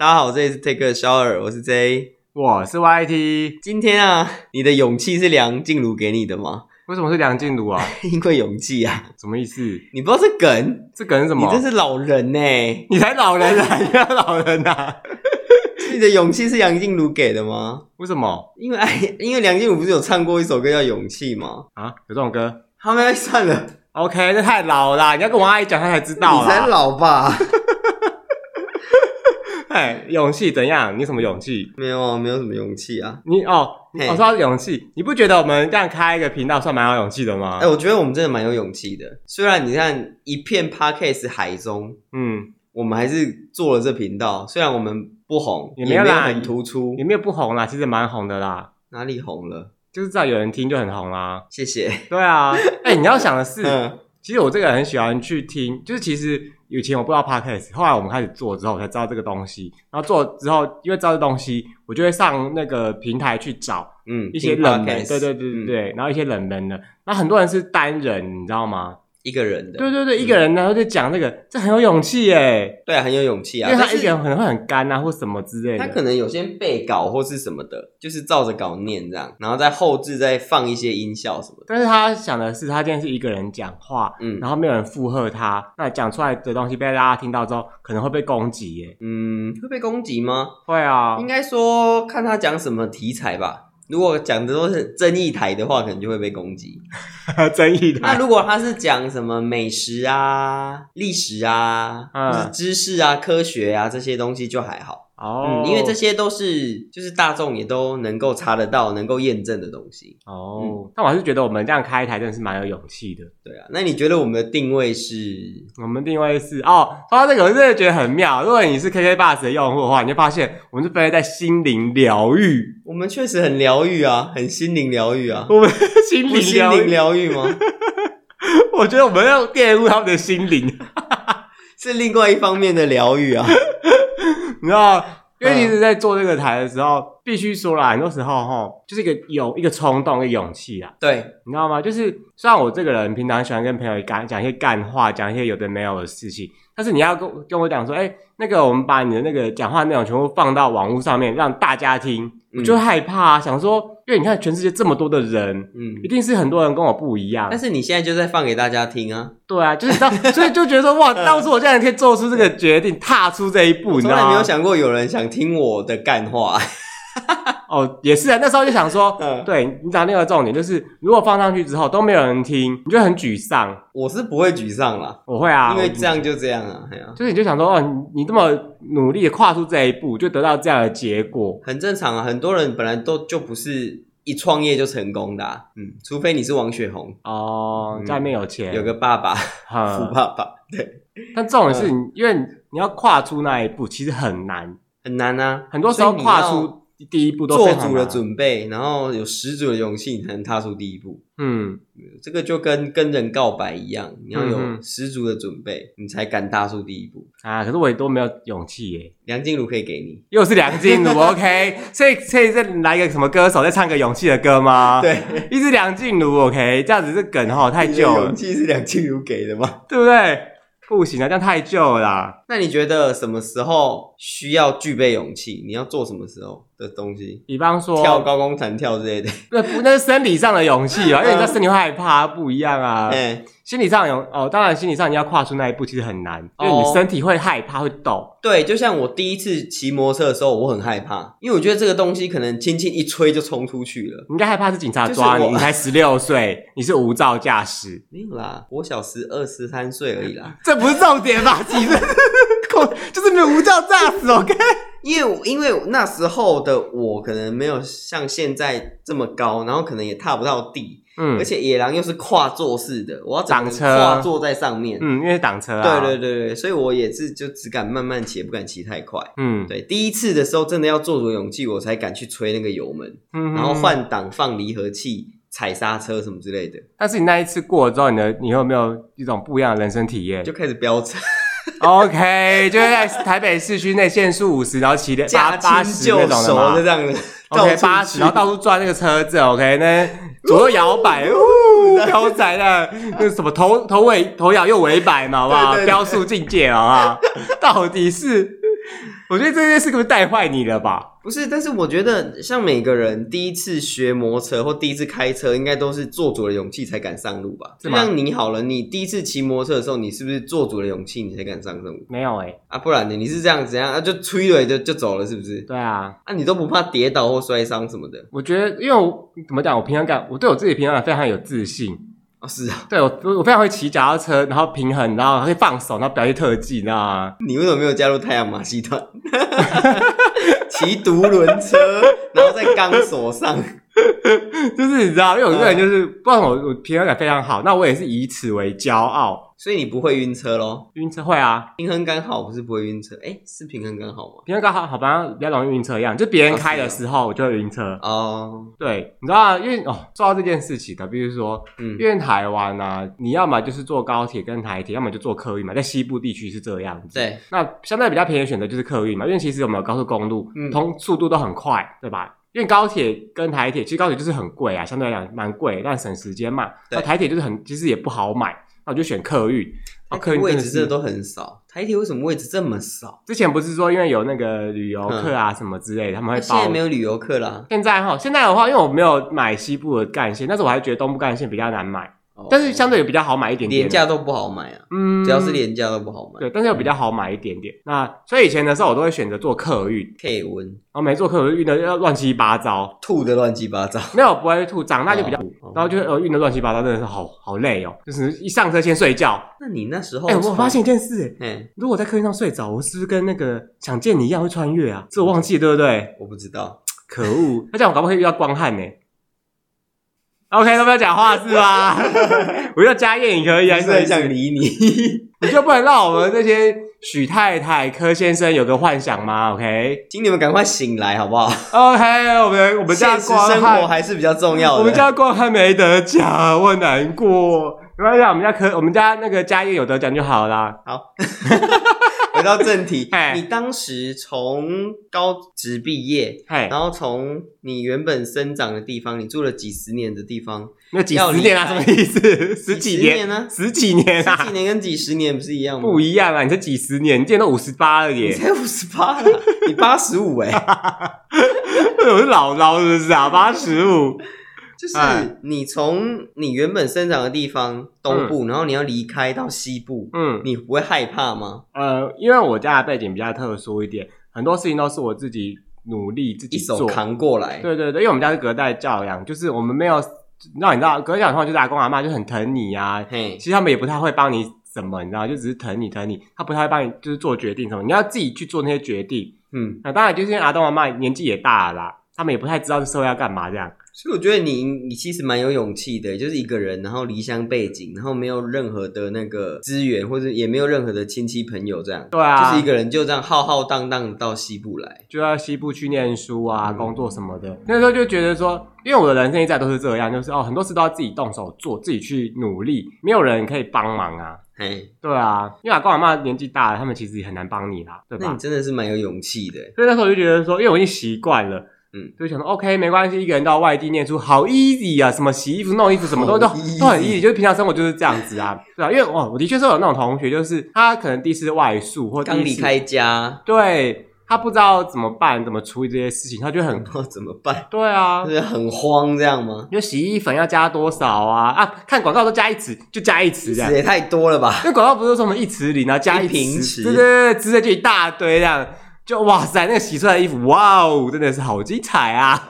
大家好，这里是 Take a Shower， 我是 J， 我是 YT。 今天啊，你的勇气是梁静茹给你的吗？ 为什么是梁静茹啊？ 因为勇气啊。 什么意思？ 你不知道这梗？ 这梗是什么？ 你真是老人欸。 你才老人啊！你要老人啊！ 你的勇气是梁静茹给的吗？ 为什么？ 因为梁静茹不是有唱过一首歌叫《勇气》吗？ 啊，有这种歌？ 他们算了。 OK， 那太老啦！你要跟我阿姨讲，她才知道啦。 你才老吧？ 哎，勇气怎样？你什么勇气？ 没有啊，没有什么勇气啊。 我说到勇气，你不觉得我们这样开一个频道算蛮有勇气的吗？ 我觉得我们真的蛮有勇气的。虽然你看一片 Podcast 海中，我们还是做了这频道。虽然我们不红，也没有很突出， 也没有不红啦，其实蛮红的啦。 哪里红了？ 就是只要有人听就很红啦。 谢谢。对啊，你要想的是，其实我这个人很喜欢去听，就是其实以前我不知道 podcast， 后来我们开始做之后，我才知道这个东西。然后做之后，因为知道这东西，我就会上那个平台去找，一些冷门，对，然后一些冷门的。然后很多人是单人，你知道吗？ 一个人的， 对，一个人，然后就讲那个，这很有勇气耶。 对啊，很有勇气啊， 因为他一个人可能会很干啊，或什么之类的。 他可能有些背稿或是什么的，就是照着稿念这样，然后在后置再放一些音效什么的。 但是他想的是，他今天是一个人讲话，然后没有人附和他，那讲出来的东西被大家听到之后，可能会被攻击耶。 会被攻击吗？ 会啊， 应该说看他讲什么题材吧。如果讲的都是争议台的话，可能就会被攻击。 争议台。 那如果他是讲什么美食啊、历史啊、或是知识啊、科学啊这些东西就还好。因为这些都是就是大众也都能够查得到、能够验证的东西。 但我还是觉得我们这样开一台真的是蛮有勇气的。 对啊，那你觉得我们的定位是？ 我们定位是说到这个，我真的觉得很妙。如果你是 KKBOX 的用户的话，你就发现我们是分类在心灵疗愈。 我们确实很疗愈啊，很心灵疗愈啊。 我们心灵疗愈吗？ 我觉得我们要玷污他们的心灵， 是另外一方面的疗愈啊。 你知道，因为其实在做这个台的时候，必须说啦，很多时候就是一个冲动、一个勇气啦。对，你知道吗？就是虽然我这个人平常喜欢跟朋友讲一些干话，讲一些有的没有的事情，但是你要跟我讲说，那个我们把你的那个讲话内容全部放到网络上面，让大家听，我就会害怕想说，因为你看全世界这么多的人，一定是很多人跟我不一样。 但是你现在就在放给大家听啊。 对啊，就是所以就觉得说，哇，当初我这样可以做出这个决定，踏出这一步，你知道吗？ 从来没有想过有人想听我的干话。 也是啊，那时候就想说，对，你讲那个重点就是，如果放上去之后都没有人听，你就很沮丧。 我是不会沮丧啦， 我会啊， 因为这样就这样啊， 就是你就想说，你这么努力的跨出这一步，就得到这样的结果， 很正常啊。很多人本来就不是一创业就成功的除非你是王雪红家里面有钱， 有个爸爸，富爸爸，对。 但这种是因为你要跨出那一步，其实很难， 很难啊。 很多时候跨出第一步都做足了准备，然后有十足的勇气，你才能踏出第一步。这个就跟人告白一样，你要有十足的准备，你才敢踏出第一步啊！可是我也都没有勇气耶。 梁静茹可以给你， 又是梁静茹，OK？ 所以可以再来一个什么歌手再唱个勇气的歌吗？ 对， 一直梁静茹 OK？ 这样子这梗太旧了。 勇气是梁静茹给的吗？ 对不对？不行啊，这样太旧了啦。 那你觉得什么时候需要具备勇气？你要做什么时候的东西？ 比方说跳高空弹跳之类的。 那是生理上的勇气啊，因为你在身体会害怕不一样啊。心理上当然心理上你要跨出那一步其实很难，因为你身体会害怕会抖。 对，就像我第一次骑摩托车的时候，我很害怕，因为我觉得这个东西可能轻轻一吹就冲出去了。 你应该害怕是警察抓你，你才16岁，你是无照驾驶。 没有啦，我小12、13岁而已啦。 这不是重点吧？其实就是没有无照驾驶 ，OK？ 因为那时候的我可能没有像现在这么高，然后可能也踏不到地。而且野狼又是跨坐式的，我要整个跨坐在上面。 因为挡车啊。 对，所以我也是就只敢慢慢骑，也不敢骑太快。对，第一次的时候真的要做足勇气，我才敢去吹那个油门，然后换挡、放离合器、踩刹车什么之类的。 但是你那一次过了之后，你有没有一种不一样的人生体验？ 就开始飙车。 OK， 就是在台北市区内限速50，然后骑80那种的嘛， 就这样的。 OK， 80，然后到处转那个车子 ，OK， 那左右摇摆，飘载的那什么头摇又尾摆嘛，好不好？飙速境界，好不好？到底是我觉得这件事可不是带坏你了吧？ 不是，但是我觉得像每个人第一次学摩托车或第一次开车，应该都是做足了勇气才敢上路吧？就像你好了，你第一次骑摩托车的时候，你是不是做足了勇气你才敢上路？ 没有不然呢？你是这样怎样就吹了就走了是不是？ 对啊， 你都不怕跌倒或摔伤什么的？ 我觉得，因为我怎么讲，我平衡感，我对我自己平衡感非常有自信。 是啊， 对我非常会骑脚踏车，然后平衡，然后会放手，然后表现特技，你知道吗？ 你为什么没有加入太阳马戏团？骑独轮车，然后在钢索上， 就是你知道，因为我这个人就是不然我平衡感非常好，那我也是以此为骄傲。 所以你不会晕车咯？ 晕车会啊， 平衡感好不是不会晕车？是平衡感好吗？ 平衡感好，好像比较容易晕车一样，就别人开的时候我就会晕车。对，你知道吗？因为说到这件事情的，比如说，因为台湾啊，你要么就是坐高铁跟台铁，要么就坐客运嘛，在西部地区是这样子。 对， 那相对比较便宜的选择就是客运嘛，因为其实我们有高速公路，速度都很快，对吧？因为高铁跟台铁，其实高铁就是很贵啊，相对来讲蛮贵，但省时间嘛。那台铁就是其实也不好买。那我就选客运， 客运位置真的都很少。台铁为什么位置这么少？ 之前不是说因为有那个旅游客啊什么之类的，他们会包。 现在没有旅游客啦。 现在的话，因为我没有买西部的干线，但是我还觉得东部干线比较难买。但是相对也比较好买一点点， 廉价都不好买啊。只要是廉价都不好买。 对，但是又比较好买一点点。那所以以前的时候，我都会选择坐客运。 可以温， 然后没坐客运晕的要乱七八糟， 吐的乱七八糟。 没有，不会吐，长大就比较然后就晕的乱七八糟，真的是好累哦。就是一上车先睡觉。 那你那时候， 我发现一件事，如果在客运上睡着，我是不是跟那个想见你一样会穿越啊？这我忘记了，对不对？ 我不知道， 可恶！那这样我搞不好可以遇到光汉呢。OK， 都不要讲话是吧？我要加燕也可以啊， 不是很想理你。 你就不能让我们这些许太太、柯先生有个幻想吗 ？OK， 请你们赶快醒来好不好 ？OK， 我们家光汉生活还是比较重要的。 我们家光汉没得奖，我很难过。没关系，我们家那个家燕有得奖就好啦。 好。回到正题，你当时从高职毕业，然后从你原本生长的地方，你住了几十年的地方， 那几十年啊，什么意思？十几年呢？ 十几年啊？ 十几年跟几十年不是一样吗？ 不一样啊！你这几十年，你今年都58了耶！ 你才58了，你85 我是老是不是啊？85。 就是你从你原本生长的地方东部，然后你要离开到西部，你不会害怕吗？ 因为我家的背景比较特殊一点，很多事情都是我自己努力自己做， 一手扛过来。 对，因为我们家是隔代教养，就是我们没有，让你知道隔代教养的话，就是阿公阿嬷就很疼你啊，其实他们也不太会帮你什么，你知道，就只是疼你，他不太会帮你就是做决定什么，你要自己去做那些决定。那当然就是因为阿公阿嬷年纪也大了啦，他们也不太知道这社会要干嘛这样。 所以我觉得你其实蛮有勇气的，就是一个人，然后离乡背景，然后没有任何的那个资源，或者也没有任何的亲戚朋友这样。 对啊， 就是一个人就这样浩浩荡荡到西部来， 就要西部去念书啊，工作什么的。那时候就觉得说，因为我的人生一直都是这样，就是很多事都要自己动手做，自己去努力，没有人可以帮忙啊。对啊，因为阿公阿嬷年纪大了，他们其实也很难帮你啦，对吧？ 那你真的是蛮有勇气的。 所以那时候我就觉得说，因为我已经习惯了。就想说 OK 没关系，一个人到外地念书好 easy 啊，什么洗衣服弄衣服什么都很 easy， 就是平常生活就是这样子啊，对啊，因为我的确是有那种同学，就是他可能第一次外宿或刚离开家， 对，他不知道怎么办，怎么处理这些事情，他就很怎么办？ 对啊， 就是很慌这样吗？ 因为洗衣粉要加多少啊？看广告都加1匙，就加1匙这样， 也太多了吧？ 因为广告不是说什么1匙里，然后加1 瓶匙， 对，直接就一大堆这样。就哇塞，那个洗出来的衣服，哇哦，真的是好精彩啊！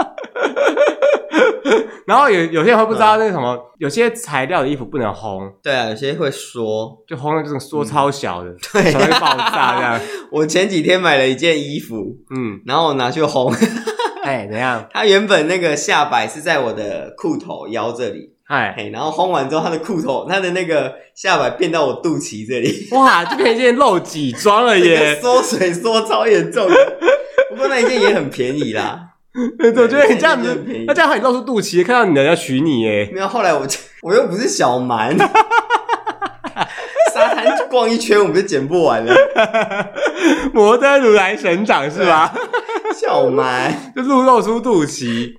然后有些人会不知道那个什么，有些材料的衣服不能烘。 对啊，有些会缩， 就烘的这种缩超小的， 对， 才会爆炸这样。 我前几天买了一件衣服，然后我拿去烘， 怎样？ 它原本那个下摆是在我的裤头腰这里。然后烘完之后，他的裤头，他的那个下摆变到我肚脐这里， 哇，就变成一件露脊装了耶！ 缩水缩超严重的，不过那一件也很便宜啦。 我觉得你这样子，那这样你露出肚脐，看到你的人要娶你耶。 没有，后来我又不是小蛮，沙滩逛一圈我们就剪不完了。 摩登如来神掌是吧？ 小蛮就露出肚脐。 对，那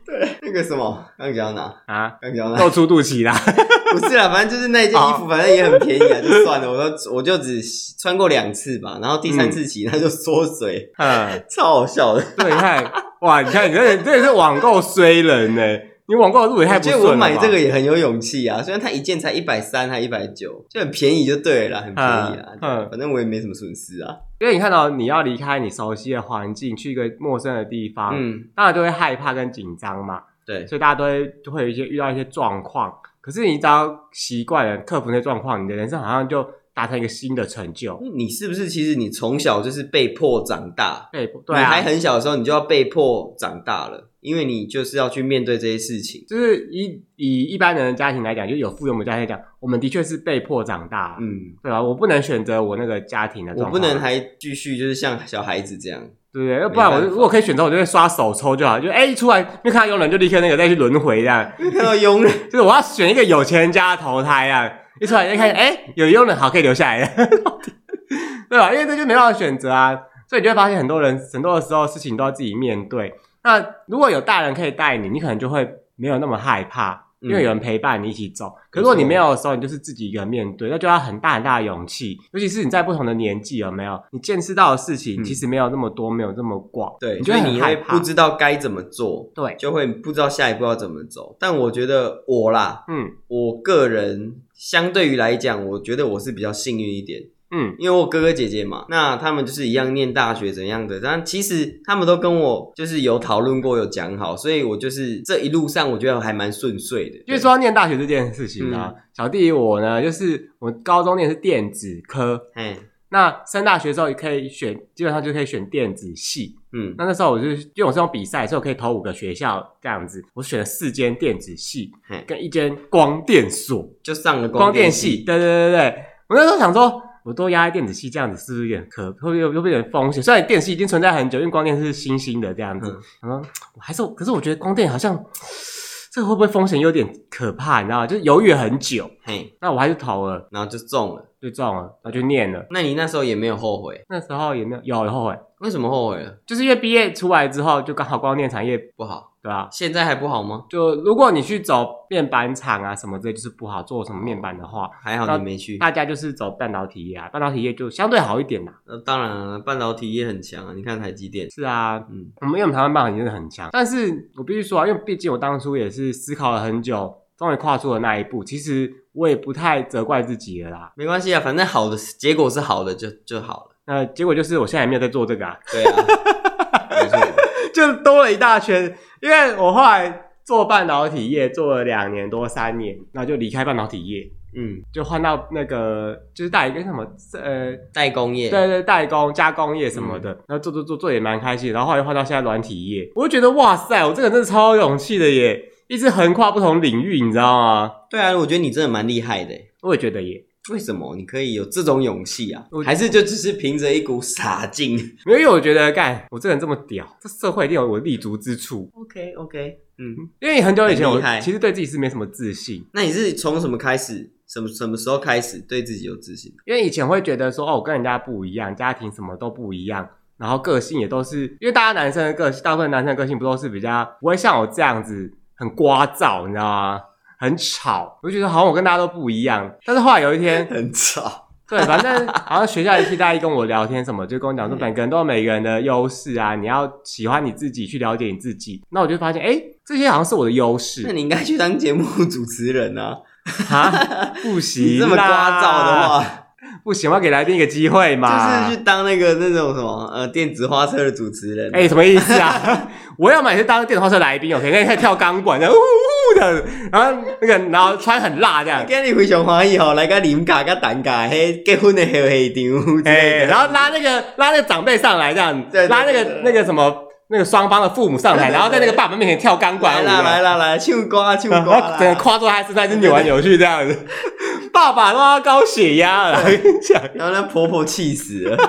那个什么，刚讲到哪啊？刚讲到哪？ 露出肚脐啦。 不是啦，反正就是那件衣服，反正也很便宜啊，就算了，我就只穿过2次吧，然后第3次起它就缩水，超好笑的。 对，你看，哇，你看你这真的是网购衰人欸，你网购的路也太不顺了吧。 我觉得我买这个也很有勇气啊，虽然它一件才130还190，就很便宜就对了啦，很便宜啦。反正我也没什么损失啊。 因为你看到你要离开你熟悉的环境，去一个陌生的地方，当然就会害怕跟紧张嘛。 对， 所以大家都会有遇到一些状况。可是你只要习惯了克服那些状况，你的人生好像就达成一个新的成就。 你是不是其实你从小就是被迫长大？ 对啊， 你还很小的时候，你就要被迫长大了，因为你就是要去面对这些事情。 就是以一般人的家庭来讲，就有富有的家庭来讲，我们的确是被迫长大，对吧？我不能选择我那个家庭的状况， 我不能还继续就是像小孩子这样。 对不对？要不然我如果可以选择，我就会刷手抽就好，就一出来就看到佣人就立刻那个再去轮回这样。 看到佣人， 就是我要选一个有钱人家的投胎啊！一出来就看，有佣人好可以留下来的，对吧？因为这就没办法选择啊，所以你就会发现很多人很多的时候事情都要自己面对。那如果有大人可以带你，你可能就会没有那么害怕。因为有人陪伴你一起走，可是如果你没有的时候，你就是自己一个人面对，那就要很大很大的勇气。尤其是你在不同的年纪，有没有？你见识到的事情其实没有那么多，没有这么广， 对， 你就会很害怕， 不知道该怎么做， 对， 就会不知道下一步要怎么走。但我觉得我啦，我个人相对于来讲，我觉得我是比较幸运一点。因为我哥哥姐姐嘛，那他们就是一样念大学怎样的，但其实他们都跟我就是有讨论过，有讲好，所以我就是这一路上我觉得还蛮顺遂的。 就是说到念大学这件事情啊，小弟我呢，就是我高中念的是电子科，那升大学的时候也可以选，基本上就可以选电子系。那时候我就因为我是用比赛，所以我可以投5个学校这样子，我选了4间电子系，跟1间光电所， 就上了光电系。对，我那时候想说，我都压在电子系这样子是不是有点会不会有点风险？虽然电子系已经存在很久，因为光电是新兴的这样子，然后可是我觉得光电好像这个会不会风险有点可怕，你知道吗？就是犹豫了很久，那我还是投了， 然后就中了， 然后就念了。 那你那时候也没有后悔？ 那时候也没有后悔。 为什么后悔了？ 就是因为毕业出来之后，就刚好光电产业不好， 对吧？ 现在还不好吗？ 就如果你去走面板厂啊什么之类，就是不好做什么面板的话， 还好你没去。 大家就是走半导体业啊，半导体业就相对好一点啦。 当然了，半导体业很强啊，你看台积电。 是啊，我们台湾半导体真的很强，但是我必须说啊，因为毕竟我当初也是思考了很久，终于跨出了那一步。其实我也不太责怪自己了啦。 没关系啊，反正好的结果是好的就好了。 结果就是我现在也没有在做这个啊。 对啊，没错， 就多了一大圈。因为我后来做半导体业做了2年多3年，然后就离开半导体业，就换到那个就是带一个什么代工业， 对，代工加工业什么的，然后做也蛮开心。然后后来换到现在软体业，我就觉得哇塞，我这个真的超有勇气的耶，一直横跨不同领域，你知道吗？ 对啊，我觉得你真的蛮厉害的耶。 我也觉得耶。 为什么你可以有这种勇气啊？还是就只是凭着一股傻劲？ 因为我觉得我这个人这么屌，这社会一定有我立足之处。 OK， 因为很久以前我其实对自己是没什么自信。 那你是从什么开始？什么时候开始对自己有自信？ 因为以前会觉得说，我跟人家不一样，家庭什么都不一样，然后个性也都是，因为大家男生的个性，大部分男生的个性不都是比较不会像我这样子很聒噪，你知道吗？很吵，我就觉得好像我跟大家都不一样。但是后来有一天很吵， 对，反正好像学校一期大一跟我聊天什么，就跟我讲说每个人都有每个人的优势啊，你要喜欢你自己，去了解你自己。那我就发现这些好像是我的优势。 那你应该去当节目主持人啊。 不行啦， 你这么聒噪的话不行，我要给来宾一个机会嘛。 就是去当那种什么电子花车的主持人。 什么意思啊？我要买是当电子花车来宾 OK， 可以跳钢管的，的，然后然后穿很辣这样。 今日非常欢喜来个啉咖跟蛋咖，结婚的会场。 然后拉那个长辈上来这样，拉那个什么。那个双方的父母上台，然后在那个爸爸面前跳钢管舞， 来唱歌，整个跨坐他身上，就扭来扭去这样子。爸爸都要高血压了， 然后那婆婆气死了。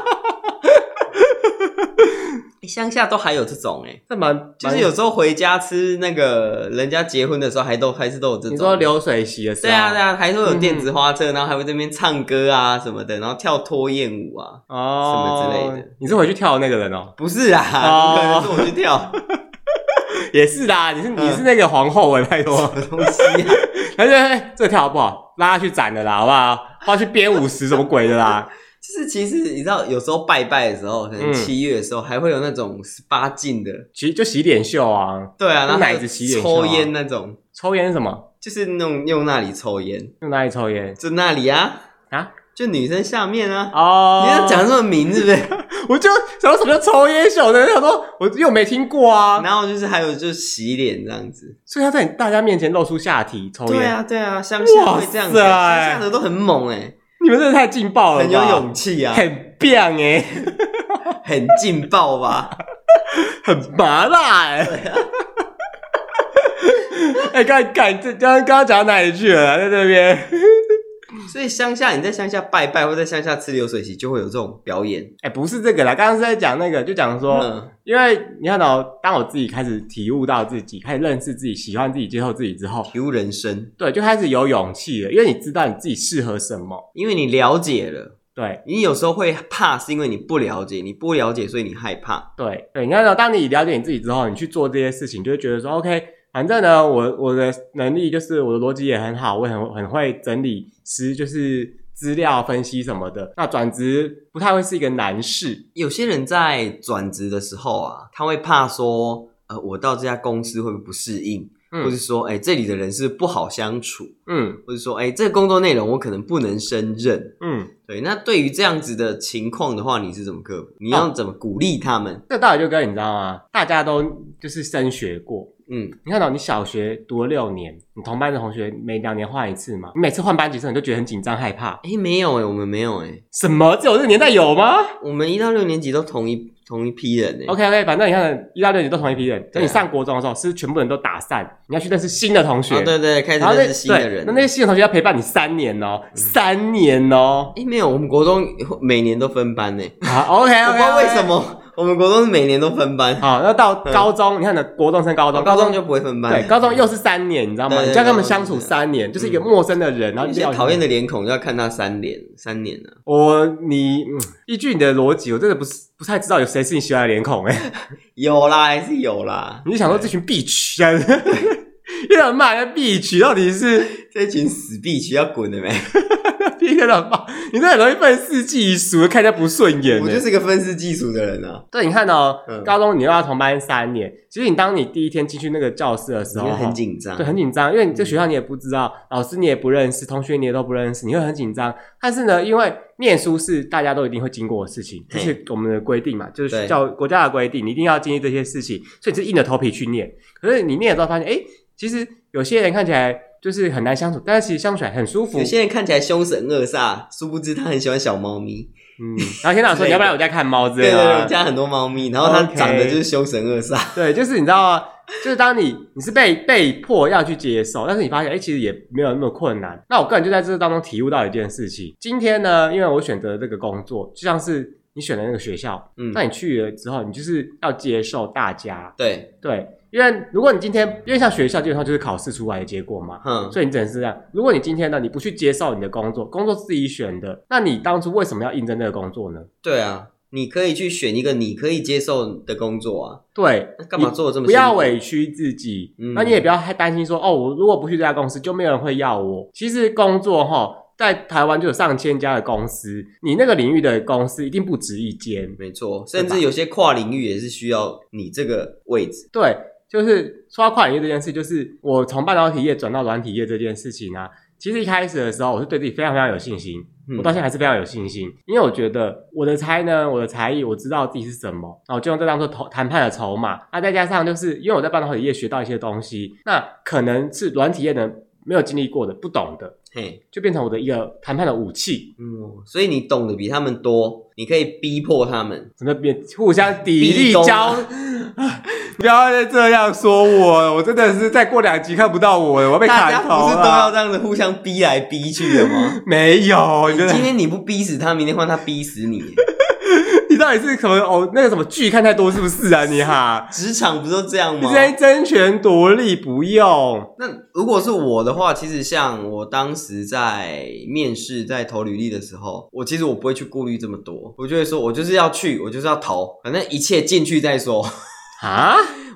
乡下都还有这种就是有时候回家吃那个人家结婚的时候，还是都有这种。 你说流水席的时候， 对啊，还会有电子花车，然后还会在那边唱歌啊什么的，然后跳脱燕舞啊，什么之类的。 你是回去跳的那个人哦？ 不是啊，可能是我去跳。 也是啦，你是那个皇后拜托， 什么东西啊？ 而且这个跳好不好？拉下去斩了啦，好不好？或去编50什么鬼的啦？ 就是其实你知道，有时候拜拜的时候，可能7月的时候，还会有那种18禁的， 其实就洗脸秀啊。对啊， 然后奶子洗脸秀、 抽烟那种。 抽烟是什么？ 就是那种用那里抽烟。 用哪里抽烟？ 就那里啊。 啊？ 就女生下面啊。 哦。 你要讲这么明是不是？ 我就想说什么叫抽烟秀的，想说我又没听过啊。 然后就是还有就是洗脸这样子， 所以他在大家面前露出下体抽烟。 对啊，乡下会这样子，乡下的都很猛你们真的太劲爆了吧， 很有勇气啊， 很棒很劲爆吧， 很麻辣刚刚讲到哪里去了？在这边。 所以乡下你在乡下拜拜或在乡下吃流水席就会有这种表演。 不是这个啦，刚刚是在讲那个，就讲说因为你看到当我自己开始体悟到自己，开始认识自己，喜欢自己，接受自己之后， 体悟人生， 对，就开始有勇气了，因为你知道你自己适合什么， 因为你了解了。 对， 你有时候会怕是因为你不了解，你不了解所以你害怕。 对，你看到当你了解你自己之后，你去做这些事情，就会觉得说 OK， 反正呢我的能力就是我的逻辑也很好，我很会整理就是资料分析什么的，那转职不太会是一个难事。有些人在转职的时候啊，他会怕说我到这家公司会不会不适应，或者说这里的人是不好相处，或者说这个工作内容我可能不能胜任，对。那对于这样子的情况的话，你是怎么克服？你要怎么鼓励他们？ 这道理就跟你知道吗？大家都就是升学过，你看到你小学读了6年，你同班的同学每2年换一次嘛，你每次换班级的时候你就觉得很紧张害怕。 没有我们没有什么？只有这个年代有吗？ 我们1到6年级都同一批人 OK， 反正你看1到6年级都同一批人，等你上国中的时候是全部人都打散，你要去认识新的同学。 对，开始认识新的人。 那些新的同学要陪伴你3年哦，3年哦。 没有，我们国中每年都分班OK， 我不知道为什么。我们国中是每年都分班。 好，那到高中，你看的国中升高中， 高中就不会分班。 对，高中又是3年，你知道吗？你就要跟他们相处3年，就是一个陌生的人，然后一些讨厌的脸孔就要看他3年了。依据你的逻辑，我真的不太知道有谁是你喜欢的脸孔有啦，还是有啦。 你就想说这群必取啊，一人骂人家必取，到底是这群死必取要滚了没？ 一个人骂你，真的很容易愤世嫉俗，看人家不顺眼。 我就是个愤世嫉俗的人啊。 对，你看高中你又要同班3年，其实当你第一天进去那个教室的时候， 你会很紧张。 对，很紧张，因为你这学校你也不知道，老师你也不认识，同学你也都不认识，你会很紧张。但是呢，因为念书是大家都一定会经过的事情，这是我们的规定嘛，就是国家的规定，你一定要经历这些事情，所以你是硬着头皮去念。可是你念了之后发现，其实有些人看起来就是很难相处，但是其实相处起来很舒服。 有些人看起来凶神恶煞，殊不知他很喜欢小猫咪。 然后天长说你要不要来我家看猫之类的。 对，我家很多猫咪，然后它长得就是凶神恶煞。 对，就是你知道吗？就是当你是被迫要去接受，但是你发现其实也没有那么困难。那我个人就在这当中体悟到一件事情。今天呢，因为我选择这个工作，就像是你选的那个学校，那你去了之后，你就是要接受大家。对。因为如果你今天，因为像学校基本上就是考试出来的结果嘛，所以你只能是这样。如果你今天呢，你不去接受你的工作是自己选的，那你当初为什么要应征那个工作呢？ 对啊，你可以去选一个你可以接受的工作啊。 对， 干嘛做得这么辛苦？ 不要委屈自己，那你也不要太担心说，我如果不去这家公司，就没有人会要我。其实工作在台湾就有上千家的公司，你那个领域的公司一定不止一间。 没错，甚至有些跨领域也是需要你这个位置。 对。就是说到跨领域这件事，就是我从半导体业转到软体业这件事情啊，其实一开始的时候我是对自己非常非常有信心，我到现在还是非常有信心，因为我觉得我的才能，我的才艺，我知道自己是什么，然后我就用这当做谈判的筹码。那再加上就是因为我在半导体业学到一些东西，那可能是软体业的没有经历过的、不懂的，就变成我的一个谈判的武器。 所以你懂得比他们多，你可以逼迫他们， 怎么互相砥砺交。不要再这样说我真的是再过2集看不到我了，我要被砍头了。大家不是都要这样子互相逼来逼去的吗？ 没有， 今天你不逼死他，明天换他逼死你。 你到底是什么那个什么剧看太多是不是啊你哈？ 职场不是都这样吗？ 你在争权夺利不用。 那如果是我的话，其实像我当时在面试在投履历的时候，其实我不会去顾虑这么多，我就会说我就是要去，我就是要投，反正一切进去再说。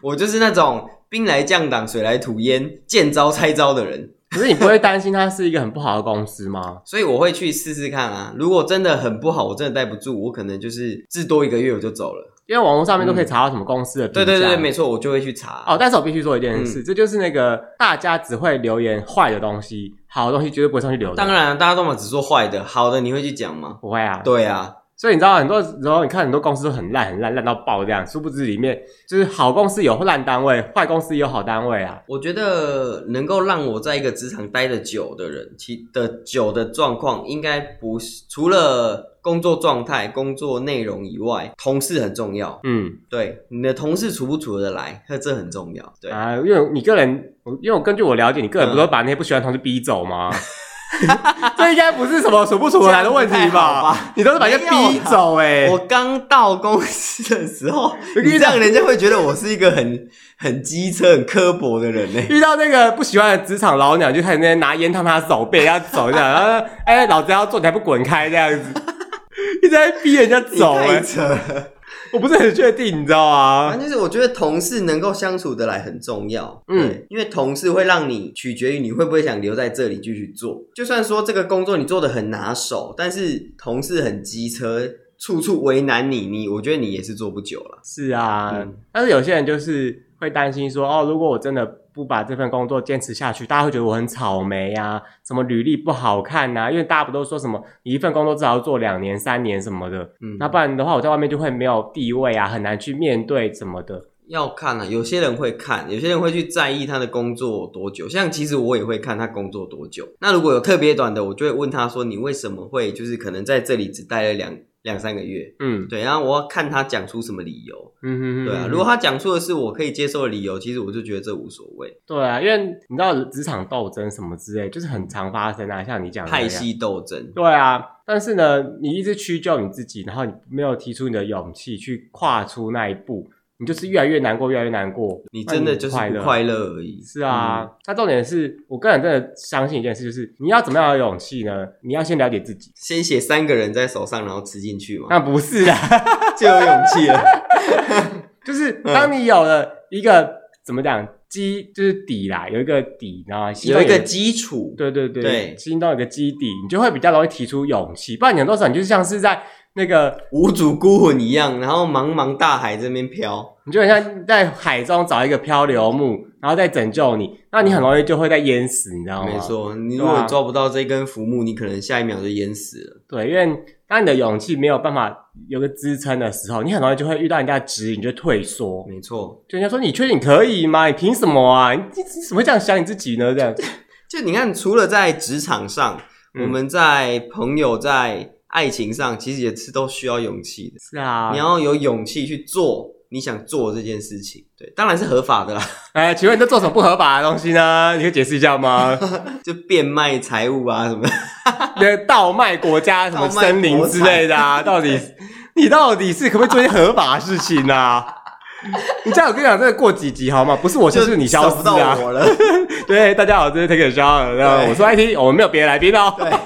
我就是那种兵来将挡，水来土掩，见招拆招的人。 可是你不会担心它是一个很不好的公司吗？ 所以我会去试试看啊。如果真的很不好，我真的待不住，我可能就是至多1个月我就走了。 因为网络上面都可以查到什么公司的评价。 对，没错，我就会去查。 但是我必须说一件事，这就是那个大家只会留言坏的东西，好的东西绝对不会上去留的。 当然，大家都嘛只说坏的，好的你会去讲吗？ 不会啊。 对啊。 所以你知道很多时候你看很多公司都很烂到爆这样，殊不知里面就是好公司有烂单位，坏公司有好单位啊。 我觉得能够让我在一个职场待得久的人，久的状况应该不是除了工作状态、工作内容以外，同事很重要。对，你的同事处不处得来，这很重要。对啊，因为你个人，因为我根据我了解，你个人不是把那些不喜欢的同事逼走吗？这应该不是什么处不处得来的问题吧？你都是把人家逼走我刚到公司的时候，你这样人家会觉得我是一个很机车、很刻薄的人遇到那个不喜欢的职场老鸟，就开始那边拿烟烫他手背，要走这样，然后老子要做，你还不滚开这样子，一直在逼人家走太扯了。 我不是很确定，你知道吗？ 反正就是我觉得同事能够相处得来很重要。因为同事会让你取决于你会不会想留在这里继续做。就算说这个工作你做得很拿手，但是同事很机车，处处为难你，我觉得你也是做不久了。 是啊，但是有些人就是会担心说，如果我真的不把这份工作坚持下去，大家会觉得我很草莓啊，什么履历不好看啊，因为大家不都说什么你一份工作至少要做2年3年什么的，那不然的话我在外面就会没有地位啊，很难去面对什么的。 要看啊，有些人会看，有些人会去在意他的工作多久，像其实我也会看他工作多久。那如果有特别短的，我就会问他说你为什么会就是可能在这里只待了两三个月，对，然后我要看他讲出什么理由，对啊，如果他讲出的是我可以接受的理由，其实我就觉得这无所谓。 对啊，因为你知道职场斗争什么之类，就是很常发生啊，像你讲的派系斗争， 对啊，但是呢，你一直屈就你自己，然后你没有提出你的勇气去跨出那一步，你就是越来越难过，越来越难过， 你真的就是不快乐而已。 是啊，那重点是我个人真的相信一件事，就是你要怎么样有勇气呢？你要先了解自己， 先写3个人在手上，然后吃进去嘛。 那不是啊， 就有勇气了。 就是当你有了一个怎么讲就是底啦，有一个底，然后有一个基础， 对，心中有个基底，你就会比较容易提出勇气。不然你很多时候你就是像是在那个无主孤魂一样，然后茫茫大海这边飘， 你就很像在海中找一个漂流木，然后再拯救你，那你很容易就会再淹死，你知道吗？ 没错，你如果抓不到这根浮木，你可能下一秒就淹死了。 对，因为当你的勇气没有办法有个支撑的时候，你很容易就会遇到人家的质疑，你就会退缩。 没错， 就人家说你确定你可以吗？你凭什么啊？你怎么会这样想你自己呢？这样就你看，除了在职场上，我们在朋友在爱情上其实也是都需要勇气的。 是啊， 你要有勇气去做你想做这件事情，对，当然是合法的啦。 请问你在做什么不合法的东西呢？你可以解释一下吗？ 就变卖财物啊什么的， 倒卖国家什么森林之类的啊，你到底是可不可以做一些合法的事情啊？你这样我跟你讲，真的过几集好吗？不是我就是你消失啊！ 找不到我了。 对，大家好，这是 Take a Shot， 我是 IT， 我们没有别的来宾哦。对。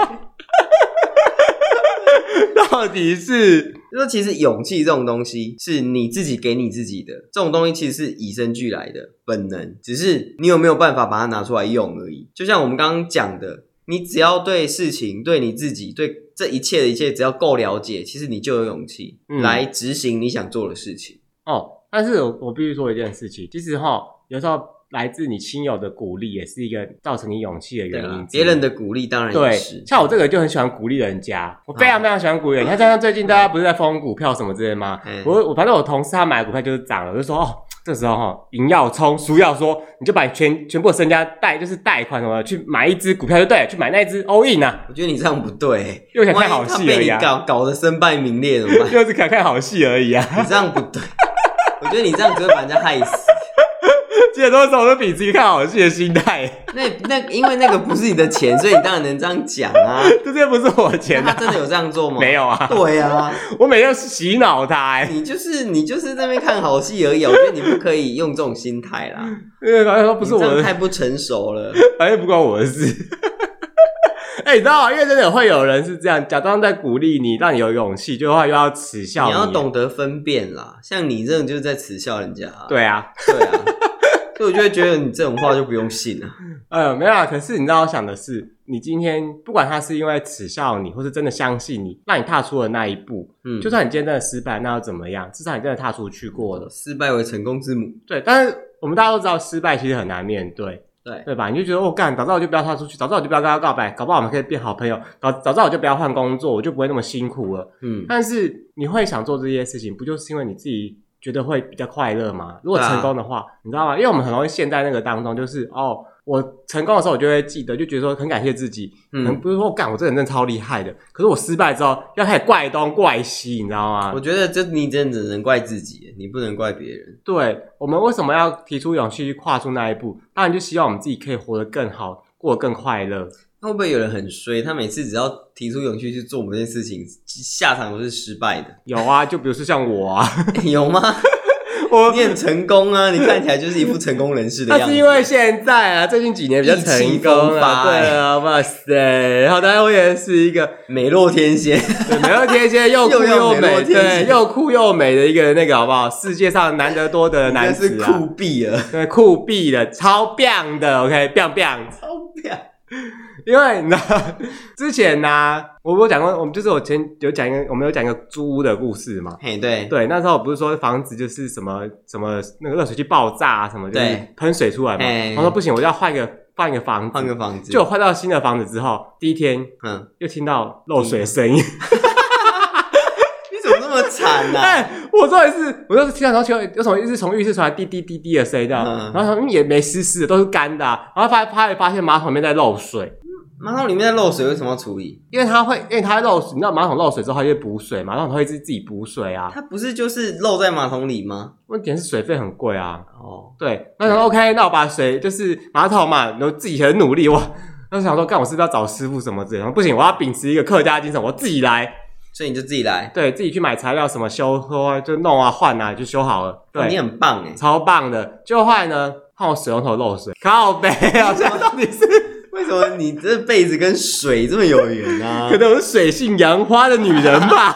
到底是就说其实勇气这种东西是你自己给你自己的，这种东西其实是与生俱来的本能，只是你有没有办法把它拿出来用而已。就像我们刚刚讲的，你只要对事情对你自己对这一切的一切只要够了解，其实你就有勇气来执行你想做的事情。 但是我必须说一件事情，其实有时候来自你亲友的鼓励也是一个造成你勇气的原因。 别人的鼓励当然也是。 对，像我这个就很喜欢鼓励人家，我非常非常喜欢鼓励人。你看，像最近大家不是在疯股票什么之类的吗？反正我同事他买股票就是涨了，我就说这时候赢要冲，输要说，你就把全部的身家贷款什么的去买一只股票就对了，去买那一只 all in 啊。 我觉得你这样不对， 又想看好戏而已啊。 他被你搞得身败名裂怎么办？ 又是看好戏而已啊。 你这样不对。我觉得你这样只会把人家害死。 记得多少都比自己看好戏的心态。 那因为那个不是你的钱，所以你当然能这样讲啊。 这些不是我的钱、啊。 他真的有这样做吗？ 没有啊。 对啊， 我每天洗脑他你就是在那边看好戏而已。我觉得你不可以用这种心态啦。 因为反正不是我的， 你这样太不成熟了。 反正不关我的事。 你知道吗？因为真的会有人是这样假装在鼓励你，让你有勇气，就又要耻笑你。 你要懂得分辨啦，像你这种就是在耻笑人家。 对啊， 对啊，所以我就会觉得你这种话就不用信了。 没有啦。可是你知道我想的是，你今天不管他是因为耻笑你，或是真的相信你，让你踏出了那一步，就算你今天真的失败，那又怎么样？至少你真的踏出去过了。 失败为成功之母。对， 但是我们大家都知道，失败其实很难面对。对吧？你就觉得干，早知道我就不要踏出去，早知道我就不要跟他告白，搞不好我们可以变好朋友。早知道我就不要换工作，我就不会那么辛苦了。但是你会想做这些事情，不就是因为你自己觉得会比较快乐吗？如果成功的话，你知道吗？因为我们很容易陷在那个当中，就是我成功的时候我就会记得，就觉得说很感谢自己，可能不是说干我这人真的超厉害的，可是我失败之后要开始怪东怪西，你知道吗？ 我觉得你真的只能怪自己，你不能怪别人。 对，我们为什么要提出勇气去跨出那一步？当然就希望我们自己可以活得更好，过得更快乐。 会不会有人很衰？他每次只要提出勇气去做某件事情，下场都是失败的。 有啊，就比如说像我啊。 有吗？你很成功啊，你看起来就是一副成功人士的样子。 那是因为现在啊，最近几年比较成功啊，对啊，哇塞！然后当然我也是一个美若天仙， 对，美若天仙又酷又美，对，又酷又美的一个那个好不好？世界上难得多得的男子啊， 是酷毙了， 对，酷毙了，超棒的 ，OK， 棒棒， 超棒。 因为你知道之前呢，我有讲过，我们就是我前有讲一个，我们有讲一个租屋的故事嘛。 嘿，对， 那时候我不是说房子就是什么那个热水器爆炸啊，什么就是喷水出来嘛。我说不行，我就要换一个房子。就我换到新的房子之后，第一天又听到漏水的声音。你怎么那么惨啊？ 我就是听到，然后有什么一直从浴室传来滴滴滴滴的声音，这样，然后也没湿的，都是干的，然后发现马桶里面在漏水。 马桶里面在漏水，为什么要处理？ 因为它漏水，你知道马桶漏水之后，它就会补水嘛，马桶它会自己补水啊。 它不是就是漏在马桶里吗？ 问题是水费很贵啊。对，那想说 OK， 那我把水就是马桶嘛，然后自己很努力哇，那想说干我是不是要找师傅什么之类的？不行，我要秉持一个客家精神，我自己来。 所以你就自己来， 对，自己去买材料，什么修就弄啊换啊，就修好了。对， 你很棒耶， 超棒的。就后来呢，看我水龙头漏水，靠北啊！这到底是为什么你这辈子跟水这么有缘啊？ 可能我是水性杨花的女人吧。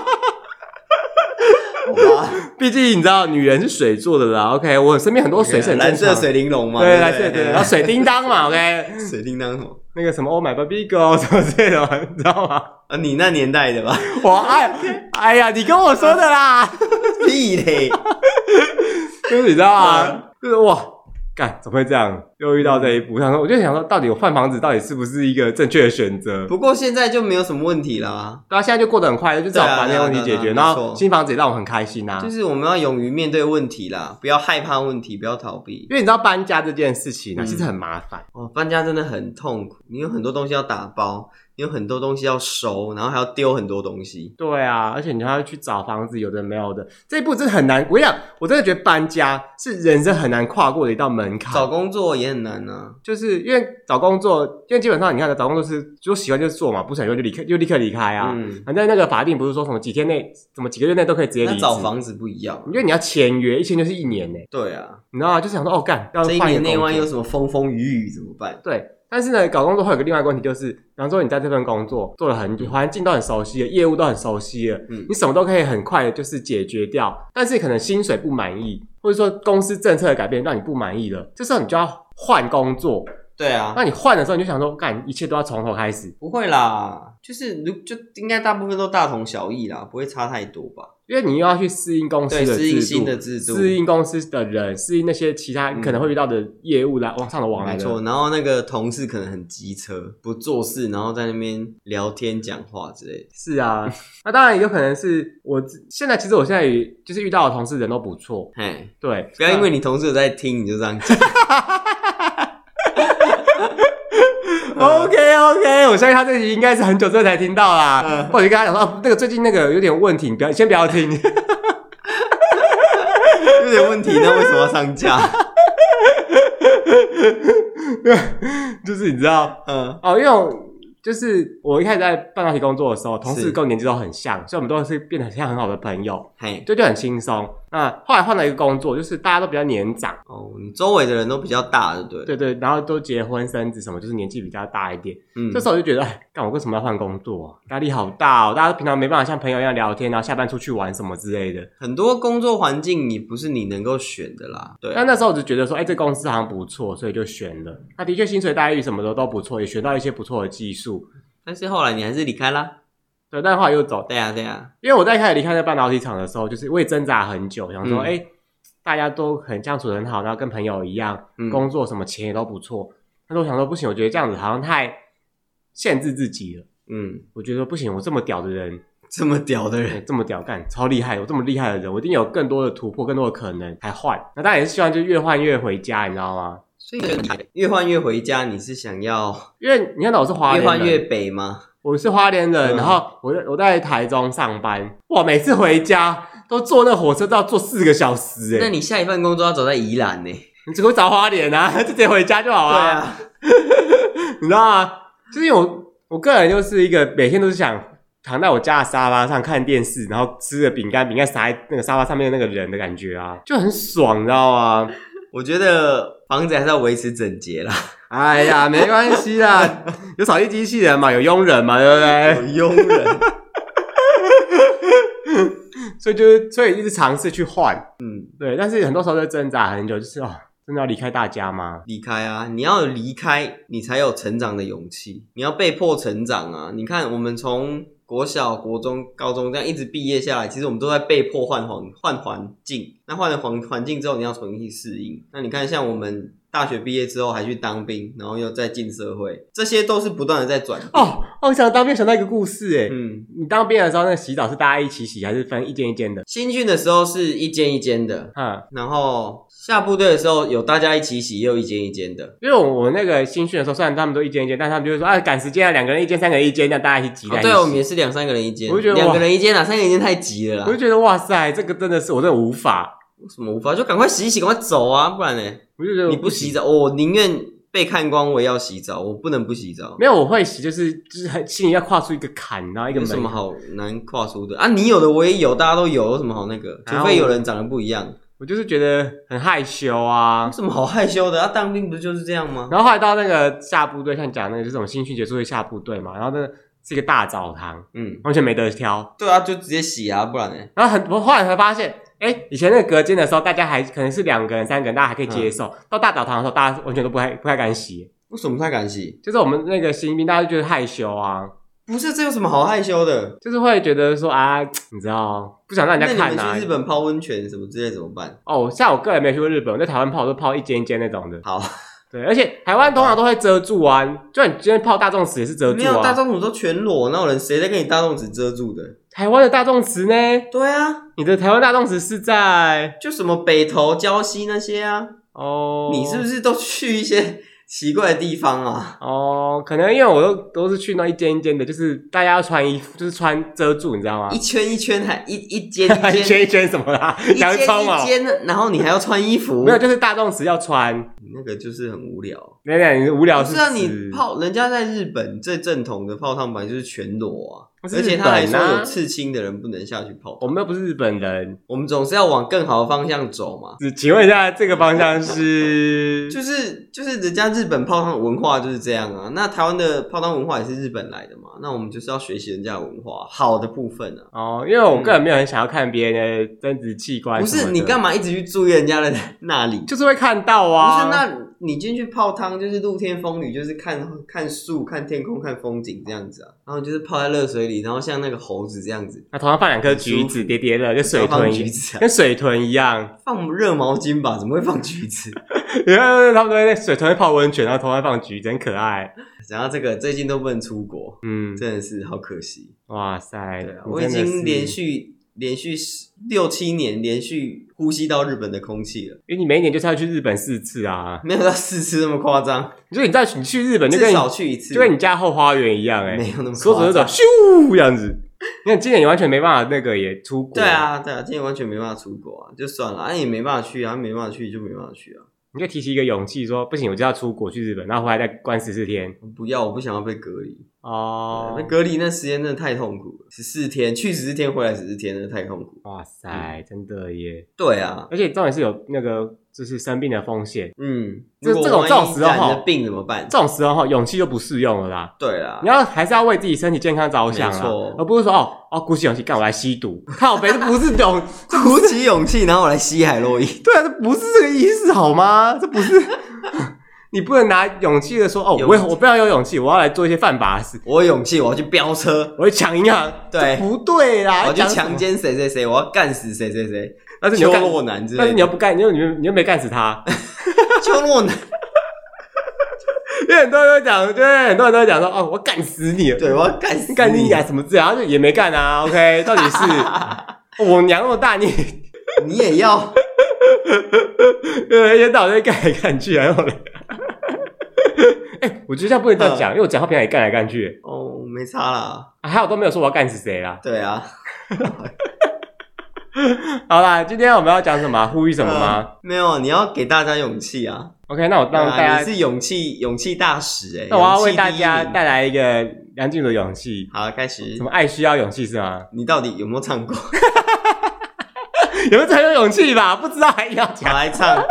毕竟你知道，女人是水做的啦。OK， 我身边很多水是很蓝色水玲珑嘛， 对，蓝色对，然后水叮当嘛 ，OK， 水叮当什么？ 那个什么 Oh My Baby Girl 什么之类的，你知道吗？ 你那年代的吧？ 哎呀，你跟我说的啦， 屁嘞！ 就是你知道吗？就是哇。干怎么会这样？又遇到这一步，我就想说，到底我换房子到底是不是一个正确的选择？ 不过现在就没有什么问题啦。 对啊，现在就过得很快乐，就只好把那个问题解决，然后新房子也让我很开心啊。 就是我们要勇于面对问题啦，不要害怕问题，不要逃避。 因为你知道搬家这件事情呢，其实很麻烦。 搬家真的很痛苦，你有很多东西要打包。你有很多东西要收，然后还要丢很多东西。 对啊，而且你还要去找房子，有的没有的，这一步真的很难。我跟你讲，我真的觉得搬家是人生很难跨过的一道门槛。 找工作也很难啊， 就是因为找工作，因为基本上你看找工作是就喜欢就做嘛，不喜欢就立刻离开啊。反正那个法定不是说什么几天内、什么几个月内都可以直接离职。 那找房子不一样， 因为你要签约，一签就是1年呢。 对啊， 你知道吗？就是想说干， 这1年内万一有什么风风雨雨怎么办？ 对。但是呢，搞工作会有个另外一个问题，就是比方说你在这份工作做了很久，环境都很熟悉了，业务都很熟悉了，你什么都可以很快的就是解决掉，但是可能薪水不满意，或者说公司政策的改变让你不满意了，这时候你就要换工作。 对啊， 那你换的时候你就想说，干一切都要从头开始？ 不会啦，就应该大部分都大同小异啦，不会差太多吧？ 因为你又要去适应公司的制度， 适应新的制度， 适应公司的人，适应那些其他可能会遇到的业务来往上的往来的。 没错，然后那个同事可能很机车，不做事，然后在那边聊天讲话之类的。 是啊，那当然有可能是我现在就是遇到的同事人都不错。 嘿， 对， 不要因为你同事有在听你就这样讲。 OK， 我相信他这集应该是很久之后才听到啦。或者跟他讲说，那个最近那个有点问题，先不要听。 有点问题，那为什么要上架？ 就是你知道，因为就是我一开始在半导体工作的时候，同事跟我年纪都很像，所以我们都是变得像很好的朋友，就很轻松。那后来换了一个工作，就是大家都比较年长。 你周围的人都比较大，对不对？ 对对，然后都结婚生子什么，就是年纪比较大一点。这时候我就觉得，干我为什么要换工作？压力好大哦！大家平常没办法像朋友一样聊天，然后下班出去玩什么之类的。 很多工作环境你不是你能够选的啦。对。 那时候我就觉得说，这公司好像不错，所以就选了。那的确薪水待遇什么的都不错，也学到一些不错的技术。 但是后来你还是离开啦。 对，但后来又走。 对啊。 因为我在开始离开那半导体厂的时候，就是我也挣扎很久，想说，大家都很相处得很好，然后跟朋友一样，工作什么钱也都不错。但是我想说不行，我觉得这样子好像太限制自己了。我觉得不行，我这么屌的人， 这么屌干超厉害，我这么厉害的人，我一定有更多的突破，更多的可能才换。那当然也是希望就越换越回家，你知道吗？ 所以越换越回家，你是想要？ 因为你看到我是花莲人， 越换越北吗？ 我是花莲人，然后我在台中上班，哇，每次回家都坐那火车都要坐4个小时那你下一份工作要走在宜兰呢？ 你只会找花莲啊，就直接回家就好啊。对啊，你知道吗？就是因为我个人就是一个每天都是想躺在我家的沙发上看电视，然后吃着饼干撒在那个沙发上面的那个人的感觉啊，就很爽，你知道吗？ 我觉得房子还是要维持整洁啦。 哎呀，没关系啦，有扫地机器人嘛，有佣人嘛，对不对？有佣人。 所以一直尝试去换，对，但是很多时候在挣扎很久，就是真的要离开大家吗？ 离开啊！你要离开，你才有成长的勇气。你要被迫成长啊！你看，我们从国小、国中、高中这样一直毕业下来，其实我们都在被迫换环境。那换了环境之后，你要重新适应。那你看，像我们大学毕业之后还去当兵，然后又再进社会，这些都是不断的在转变。 我想当兵想到一个故事你当兵的时候，那洗澡是大家一起洗，还是分一间一间的？ 新训的时候是一间一间的，然后下部队的时候有大家一起洗，也有一间一间的。 因为我那个新训的时候，虽然他们都一间一间，但他们就会说赶时间啊，2个人一间3个人一间，这样大家一起挤在一起。 对，我们也是2-3个人一间，我就觉得2个人一间3个人一间太挤了啦。 我就觉得哇塞，这个真的是我真的无法。 为什么无法？就赶快洗一洗，赶快走啊，不然呢？ 我就觉得你不洗澡，我宁愿被看光，我也要洗澡，我不能不洗澡。 没有，我会洗，就是心里要跨出一个坎，然后一个门。 有什么好难跨出的啊？你有的我也有，大家都有什么好那个？除非有人长得不一样。 我就是觉得很害羞啊。 有什么好害羞的？当兵不就是这样吗？ 然后后来到那个下部队，像你讲那个就是这种新训结束会下部队嘛，然后那是一个大澡堂，完全没得挑。 对啊，就直接洗啊，不然呢？ 然后我后来才发现。以前那个隔间的时候，大家还可能是2个人、3个人，大家还可以接受。到大澡堂的时候，大家完全都不太敢洗。 为什么不太敢洗？ 就是我们那个新兵，大家就觉得害羞啊。 不是，这有什么好害羞的？ 就是会觉得说你知道，不想让人家看啊。 那你们去日本泡温泉什么之类怎么办？ 像我个人没去过日本，我在台湾泡都泡一间一间那种的。 好。 对，而且台湾通常都会遮住啊，就你今天泡大众池也是遮住啊。 没有，大众池都全裸，那有人谁在跟你大众池遮住的？ 台湾的大众池呢？ 对啊， 你的台湾大众池是在就什么北投、礁溪那些啊。你是不是都去一些奇怪的地方啊？ 可能因为我都是去那一间一间的，就是大家要穿衣服，就是穿遮住，你知道吗？ 一圈一圈还一间一圈一圈什么啦？ 一间一间，然后你还要穿衣服？ 没有，就是大众池要穿。 你那个就是很无聊。 你无聊是？ 不是啊，你人家在日本最正统的泡汤版就是全裸啊。而且他还说有刺青的人不能下去泡汤。 我们又不是日本人， 我们总是要往更好的方向走嘛。 请问一下，这个方向是？ 就是人家日本泡汤文化就是这样啊。那台湾的泡汤文化也是日本来的嘛。那我们就是要学习人家的文化好的部分啊。 因为我个人没有很想要看别人的生殖器官。 不是你干嘛一直去注意人家的那里？ 就是会看到啊。 不是，那你进去泡汤就是露天风旅，就是看树、看天空、看风景这样子啊。然后就是泡在热水里，然后像那个猴子这样子。 那头上放2颗橘子，叠叠的，跟水豚一样，跟水豚一样。 放热毛巾吧？怎么会放橘子？ 因为他们在水豚会泡温泉，然后头上放橘子，很可爱。 然后这个最近都不能出国，真的是好可惜。 哇塞！ 对啊，我已经连续6-7年连续呼吸到日本的空气了。 因为你每一年就是要去日本4次啊， 没有到4次那么夸张。 你去日本就至少去1次， 就跟你家后花园一样没有那么夸张。 说走就走，咻这样子。因为今年也完全没办法那个也出国。 对啊，今年完全没办法出国啊，就算了，也没办法去啊，没办法去就没办法去啊。 你可以提起一个勇气说，不行，我就要出国去日本，然后回来再关14天。 不要，我不想要被隔离。那隔离那时间真的太痛苦了，14天去14天回来14天，真的太痛苦。 哇塞，真的耶。 对啊， 而且重点是有那个就是生病的风险。 这种时候染了病怎么办？ 这种时候勇气就不适用了啦。 对啦， 你还是要为自己身体健康着想啦，而不是说鼓起勇气干我来吸毒，靠北，这不是鼓起勇气然后我来吸海洛因。 对啊，这不是这个意思好吗？这不是。你不能拿勇气的说我非常有勇气，我要来做一些犯法的事。 我有勇气，我要去飙车， 我要抢银行。 对， 不对啦， 我要去强奸谁谁谁，我要干死谁谁谁。 但是邱若男之类的， 但是你又不干，你又没干死他。 邱若男， 因为很多人都会讲说我干死你了， 对，我要干死你啊什么之类的，然后也没干啊。OK， 到底是我娘那么大，你也要， 一天到晚在干来干去，然后嘞。我觉得这样不能这样讲，因为我讲话平常也干来干去。 没差啦。 还有都没有说我要干死谁啦。 对啊。 好啦，今天我们要讲什么？呼吁什么吗？ 没有，你要给大家勇气啊。 OK， 那我让大家， 你是勇气大使那我要为大家带来一个梁静茹的勇气。 好，开始。 什么爱需要勇气是吗？ 你到底有没有唱过？ 有没有才有勇气吧？不知道还要讲。 好，来唱。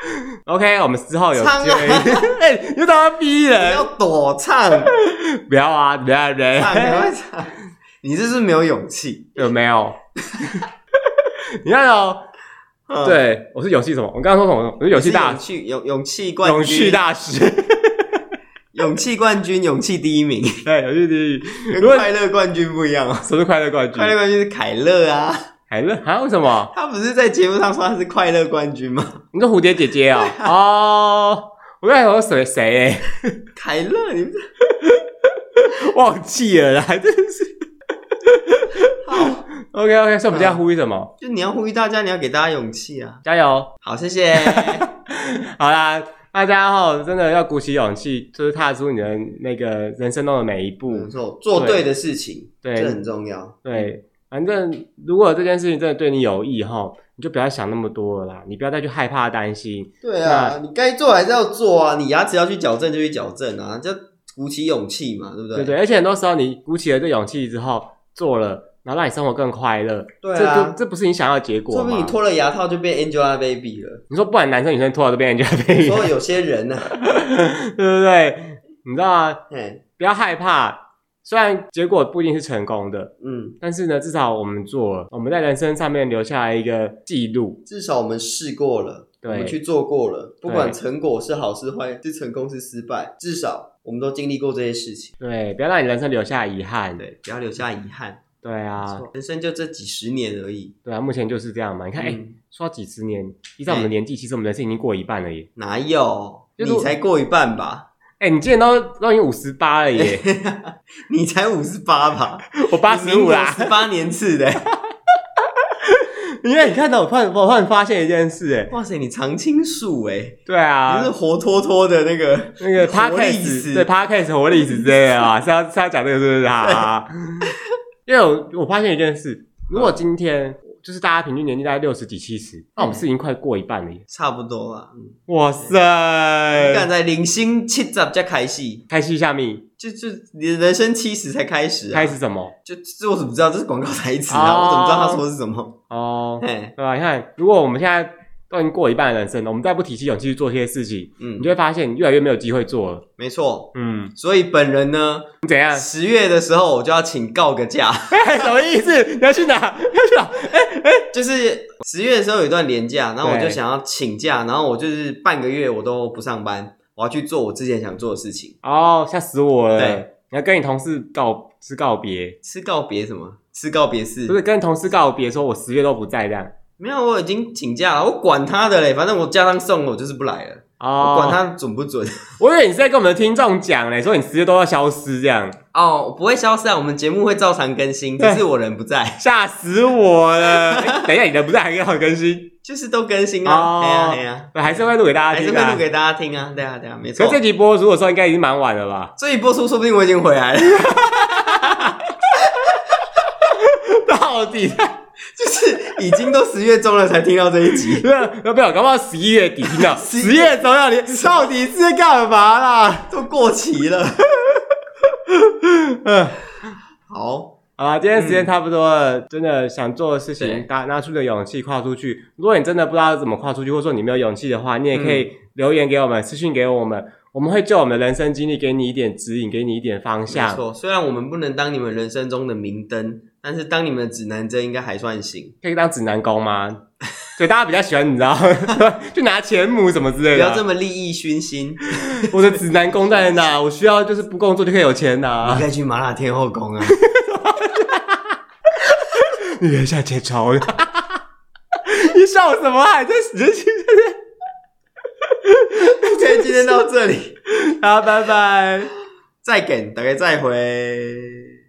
OK， 我们之后有唱你又当他逼人， 你要躲唱， 不要啊，不要人唱，赶快唱。你这是没有勇气， 有没有？你看对，我是勇气什么？我刚刚说什么？我是勇气大使，勇气冠军， 勇气大使， 勇气冠军，勇气第一名。 对，勇气第一， 跟快乐冠军不一样啊。 什么是快乐冠军？ 快乐冠军是凯乐啊。 凯乐啊？为什么？ 他不是在节目上说他是快乐冠军吗？ 你说蝴蝶姐姐啊？我刚才说谁？ 凯乐，你们忘记了啦，真是。好 ，OK， 所以我们现在呼吁什么？ 就你要呼吁大家，你要给大家勇气啊！ 加油！ 好，谢谢。 好啦，大家真的要鼓起勇气，就是踏出你的那个人生中的每一步， 没错，做对的事情， 对， 这很重要。 对。反正如果这件事情真的对你有益你就不要想那么多了啦，你不要再去害怕担心。 对啊，你该做还是要做啊，你牙齿要去矫正就去矫正啊，就鼓起勇气嘛，对不对？ 对，而且很多时候你鼓起了这勇气之后做了，然后让你生活更快乐， 对啊， 这不是你想要的结果吗？ 说不定你脱了牙套就变 Angelababy 了。 你说不管男生女生脱了都变 Angelababy。 说有些人啊， 对不对？你知道吗？不要害怕。虽然结果不一定是成功的，但是呢，至少我们做了，我们在人生上面留下来一个记录。 至少我们试过了，我们去做过了，不管成果是好是坏，是成功是失败，至少我们都经历过这些事情。 对，不要让你人生留下遗憾。 对，不要留下遗憾。 对啊， 人生就这几十年而已。 对啊，目前就是这样嘛。你看，说到几十年，依照我们的年纪，其实我们人生已经过一半了耶。 哪有？你才过一半吧？ 你今年都已经58了耶！ 你才58吧？ 我85啦 ，18年次的。 因为你看到我突然发现一件事哇塞，你常青树对啊， 你是活脱脱的那个 podcast 对 podcast 活历史之类的啊，是要讲这个是不是啊？因为我发现一件事，如果今天就是大家平均年纪大概60几70，那我们是已经快过一半了耶， 差不多啦。 哇塞！ 你敢在零星70才开始？ 开始下面就你的人生70才开始啊？ 开始什么？ 这我怎么知道？这是广告台词啊！我怎么知道他说的是什么？ 对吧？你看，如果我们现在都已经过一半的人生了，我们再不提起勇气去做这些事情，你就会发现你越来越没有机会做了。 没错，所以本人呢， 怎样 ？10月的时候我就要请告个假。 什么意思？你要去哪？ 就是10月的时候有一段连假，然后我就想要请假，然后我就是半个月我都不上班，我要去做我之前想做的事情。 吓死我了！对，你要跟你同事吃告别， 吃告别什么？吃告别式？ 不是跟同事告别，说我10月都不在这样。 没有，我已经请假了，我管他的嘞，反正我假当送了，我就是不来了。我管他准不准。 我以为你是在跟我们的听众讲嘞，说你10月都要消失这样。 不会消失啊，我们节目会照常更新，只是我人不在。 吓死我了！等一下，你人不在还要更新？ 就是都更新啊，对啊， 还是会录给大家听， 还是会录给大家听啊，对啊，没错。 可这集播出的时候应该已经蛮晚了吧？ 这一播出说不定我已经回来了。 到底就是已经都10月中了才听到这一集， 不要，搞不好11月底听到，10月中要你到底是在干嘛啦？ 都过期了。好， 好啦，今天时间差不多了，真的想做的事情，拿出的勇气跨出去。如果你真的不知道怎么跨出去，或者说你没有勇气的话，你也可以留言给我们，私讯给我们，我们会就我们的人生经历给你一点指引，给你一点方向。 没错，虽然我们不能当你们人生中的明灯，但是当你们的指南针应该还算行。 可以当指南宫吗？对，大家比较喜欢你知道就拿钱母什么之类的， 不要这么利益熏心。 我的指南宫在哪？我需要就是不工作就可以有钱拿。 你可以去麻辣天后宫啊。 你别下切抽。你笑什么？还在实习 ？OK， 今天到这里， 好，拜拜， 再见，大家再会。